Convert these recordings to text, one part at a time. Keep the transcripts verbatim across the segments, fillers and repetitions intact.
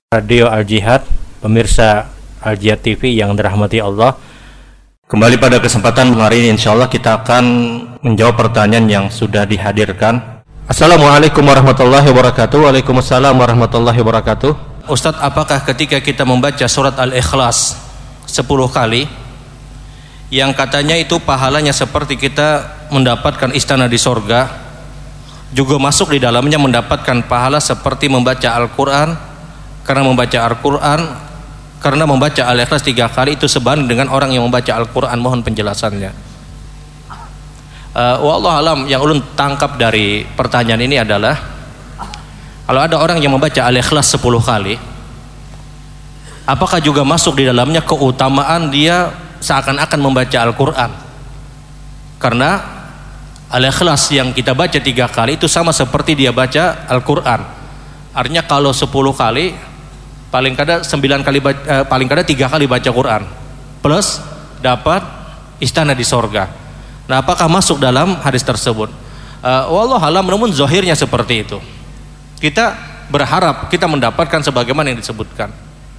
Radio Al-Jihad, pemirsa Al-Jihad T V yang dirahmati Allah. Kembali pada kesempatan hari ini insyaallah kita akan menjawab pertanyaan yang sudah dihadirkan. Assalamualaikum warahmatullahi wabarakatuh. Waalaikumsalam warahmatullahi wabarakatuh. Ustadz, apakah ketika kita membaca surat Al-Ikhlas sepuluh kali yang katanya itu pahalanya seperti kita mendapatkan istana di sorga, juga masuk di dalamnya mendapatkan pahala seperti membaca Al-Quran? Karena membaca Al-Quran, karena membaca Al-Ikhlas tiga kali itu sebanding dengan orang yang membaca Al-Quran. Mohon penjelasannya. uh, Wallahualam, yang ulun tangkap dari pertanyaan ini adalah, kalau ada orang yang membaca Al-Ikhlas sepuluh kali, apakah juga masuk di dalamnya keutamaan dia seakan-akan membaca Al-Quran? Karena Al-Ikhlas yang kita baca tiga kali itu sama seperti dia baca Al-Quran. Artinya kalau sepuluh kali, paling kada sembilan kali baca, eh, paling kada tiga kali baca Quran plus dapat istana di sorga. Nah, apakah masuk dalam hadis tersebut? Uh, Wallahualam, namun zahirnya seperti itu. Kita berharap kita mendapatkan sebagaimana yang disebutkan.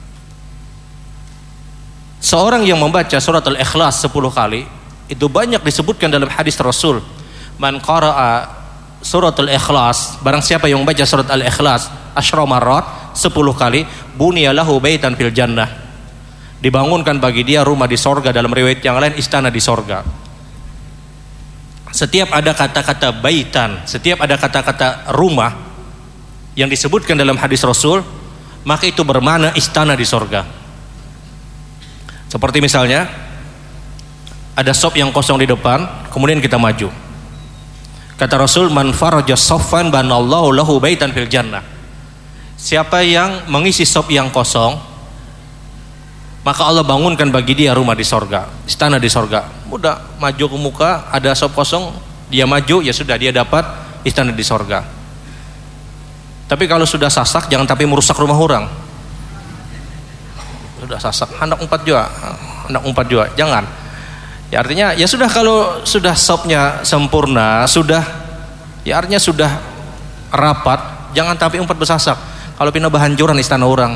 Seorang yang membaca surat Al-Ikhlas sepuluh kali itu banyak disebutkan dalam hadis Rasul. Man qara'a surat Al-Ikhlas, barang siapa yang membaca surat Al-Ikhlas asyra marrat, sepuluh kali, bunyalahu baitan fil jannah, dibangunkan bagi dia rumah di sorga. Dalam riwayat yang lain istana di sorga. Setiap ada kata-kata baitan, setiap ada kata-kata rumah yang disebutkan dalam hadis Rasul, maka itu bermakna istana di sorga. Seperti misalnya ada sop yang kosong di depan, kemudian kita maju. Kata Rasul, man faraja saffan banallahu lahu baitan fil jannah. Siapa yang mengisi sop yang kosong, maka Allah bangunkan bagi dia rumah di sorga, istana di sorga. Mudah, maju ke muka, ada sop kosong, dia maju, ya sudah, dia dapat istana di sorga. Tapi kalau sudah sasak, jangan tapi merusak rumah orang. Sudah sasak, hendak empat juga, hendak empat juga, jangan. Ya artinya, ya sudah, kalau sudah sopnya sempurna, sudah, ya artinya sudah rapat, jangan tapi empat bersasak. Kalau pindah bahancuran istana orang.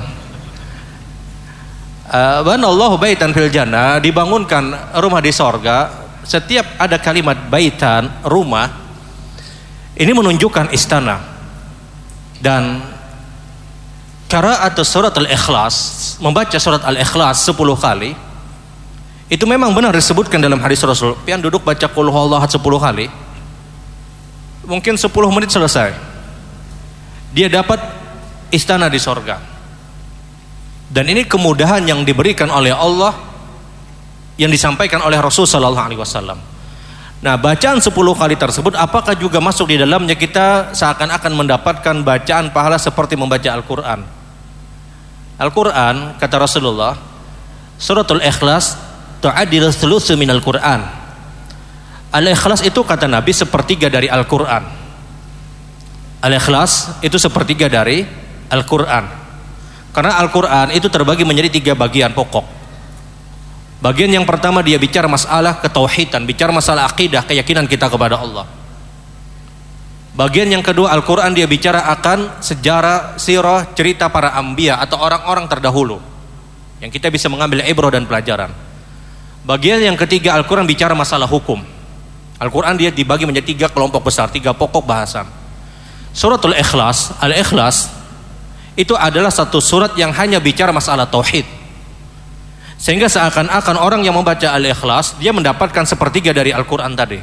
Uh, Banallahu baitan fil jannah, dibangunkan rumah di sorga. Setiap ada kalimat baitan, rumah, ini menunjukkan istana. Dan qira'at surat Al-Ikhlas, membaca surat Al-Ikhlas sepuluh kali, itu memang benar disebutkan dalam hadis Rasul. Pian duduk baca qul huwallahu ahad sepuluh kali, mungkin sepuluh menit selesai, dia dapat istana di sorga. Dan ini kemudahan yang diberikan oleh Allah, yang disampaikan oleh Rasul sallallahu alaihi wasallam. Nah, bacaan sepuluh kali tersebut apakah juga masuk di dalamnya kita seakan-akan mendapatkan bacaan pahala seperti membaca Al-Quran? Al-Quran, kata Rasulullah, suratul Ikhlas tu'adilu thulutsu minal Quran. Al-Ikhlas itu, kata Nabi, sepertiga dari Al-Quran. Al-Ikhlas itu sepertiga dari Al-Quran. Karena Al-Quran itu terbagi menjadi tiga bagian pokok. Bagian yang pertama dia bicara masalah ketauhidan, bicara masalah akidah, keyakinan kita kepada Allah. Bagian yang kedua Al-Quran dia bicara akan sejarah, sirah, cerita para anbiya atau orang-orang terdahulu, yang kita bisa mengambil ibrah dan pelajaran. Bagian yang ketiga Al-Quran bicara masalah hukum. Al-Quran dia dibagi menjadi tiga kelompok besar, tiga pokok bahasan. Suratul Ikhlas, Al-Ikhlas itu adalah satu surat yang hanya bicara masalah tauhid, sehingga seakan-akan orang yang membaca Al-Ikhlas dia mendapatkan sepertiga dari Al-Quran tadi.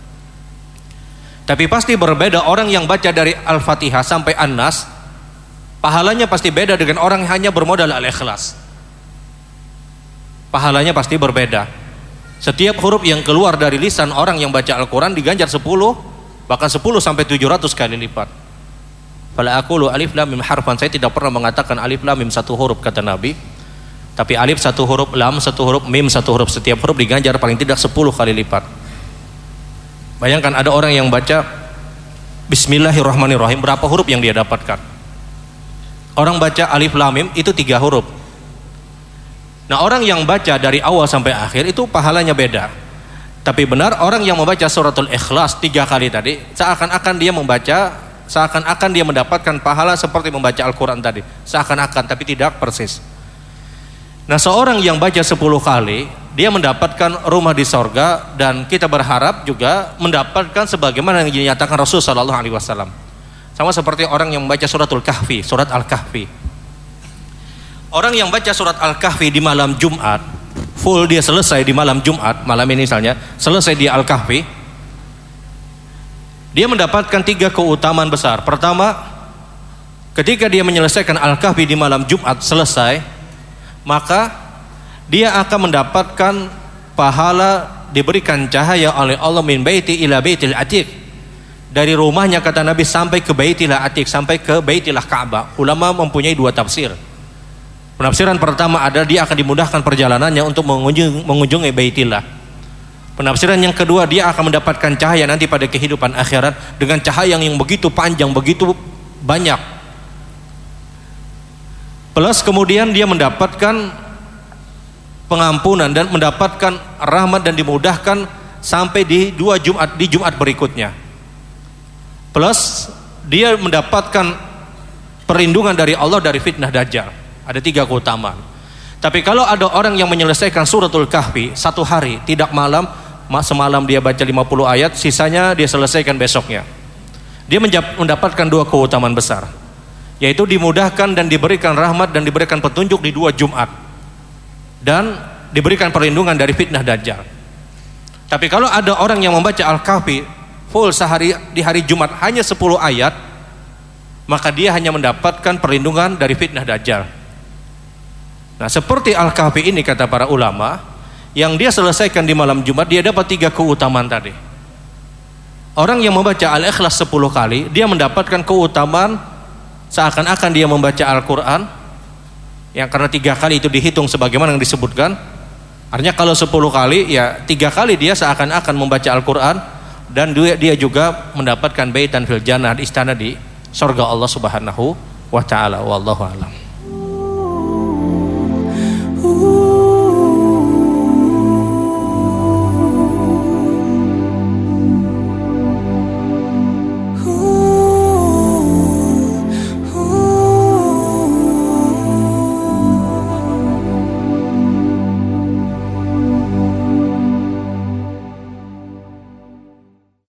Tapi pasti berbeda orang yang baca dari Al-Fatihah sampai An-Nas, pahalanya pasti beda dengan orang yang hanya bermodal Al-Ikhlas. Pahalanya pasti berbeda. Setiap huruf yang keluar dari lisan orang yang baca Al-Quran diganjar sepuluh, bahkan sepuluh sampai tujuh ratus kali lipat. Fala aqulu alif lam mim harfan, saya tidak pernah mengatakan alif lam mim satu huruf, kata Nabi. Tapi alif satu huruf, lam satu huruf, mim satu huruf, setiap huruf diganjar paling tidak sepuluh kali lipat. Bayangkan ada orang yang baca Bismillahirrahmanirrahim, berapa huruf yang dia dapatkan? Orang baca alif lam mim itu tiga huruf. Nah, orang yang baca dari awal sampai akhir itu pahalanya beda. Tapi benar orang yang membaca suratul Ikhlas tiga kali tadi seakan-akan dia membaca seakan-akan dia mendapatkan pahala seperti membaca Al-Quran tadi, seakan-akan, tapi tidak persis. Nah, seorang yang baca sepuluh kali, dia mendapatkan rumah di sorga, dan kita berharap juga mendapatkan sebagaimana yang dinyatakan Rasul Shallallahu Alaihi Wasallam. Sama seperti orang yang membaca suratul Kahfi, surat Al-Kahfi. Orang yang baca surat Al-Kahfi di malam Jumat, full dia selesai di malam Jumat, malam ini misalnya, selesai di Al-Kahfi, dia mendapatkan tiga keutamaan besar. Pertama, ketika dia menyelesaikan Al-Kahfi di malam Jumat selesai, maka dia akan mendapatkan pahala, diberikan cahaya oleh Allah min baiti ila baitil atiq, dari rumahnya kata Nabi sampai ke baitil atiq, sampai ke baitilah Ka'bah. Ulama mempunyai dua tafsir. Penafsiran pertama adalah dia akan dimudahkan perjalanannya untuk mengunjungi, mengunjungi baitillah. Penafsiran yang kedua, dia akan mendapatkan cahaya nanti pada kehidupan akhirat dengan cahaya yang begitu panjang, begitu banyak. Plus kemudian dia mendapatkan pengampunan dan mendapatkan rahmat dan dimudahkan sampai di dua Jumat, di Jumat berikutnya. Plus dia mendapatkan perlindungan dari Allah dari fitnah Dajjal. Ada tiga keutamaan. Tapi kalau ada orang yang menyelesaikan suratul Kahfi satu hari, tidak malam, semalam dia baca lima puluh ayat, sisanya dia selesaikan besoknya, dia mendapatkan dua keutamaan besar, yaitu dimudahkan dan diberikan rahmat dan diberikan petunjuk di dua Jumat, dan diberikan perlindungan dari fitnah Dajjal. Tapi kalau ada orang yang membaca Al-Kahfi full sehari di hari Jumat hanya sepuluh ayat, maka dia hanya mendapatkan perlindungan dari fitnah Dajjal. Nah, seperti Al-Kahfi ini kata para ulama, yang dia selesaikan di malam Jumat, dia dapat tiga keutamaan tadi. Orang yang membaca Al-Ikhlas sepuluh kali, dia mendapatkan keutamaan seakan-akan dia membaca Al-Quran, yang karena tiga kali itu dihitung sebagaimana yang disebutkan. Artinya kalau sepuluh kali, ya tiga kali dia seakan-akan membaca Al-Quran, dan dia, dia juga mendapatkan baitan fil jannah, istana di surga Allah Subhanahu wa ta'ala. Wallahu a'lam.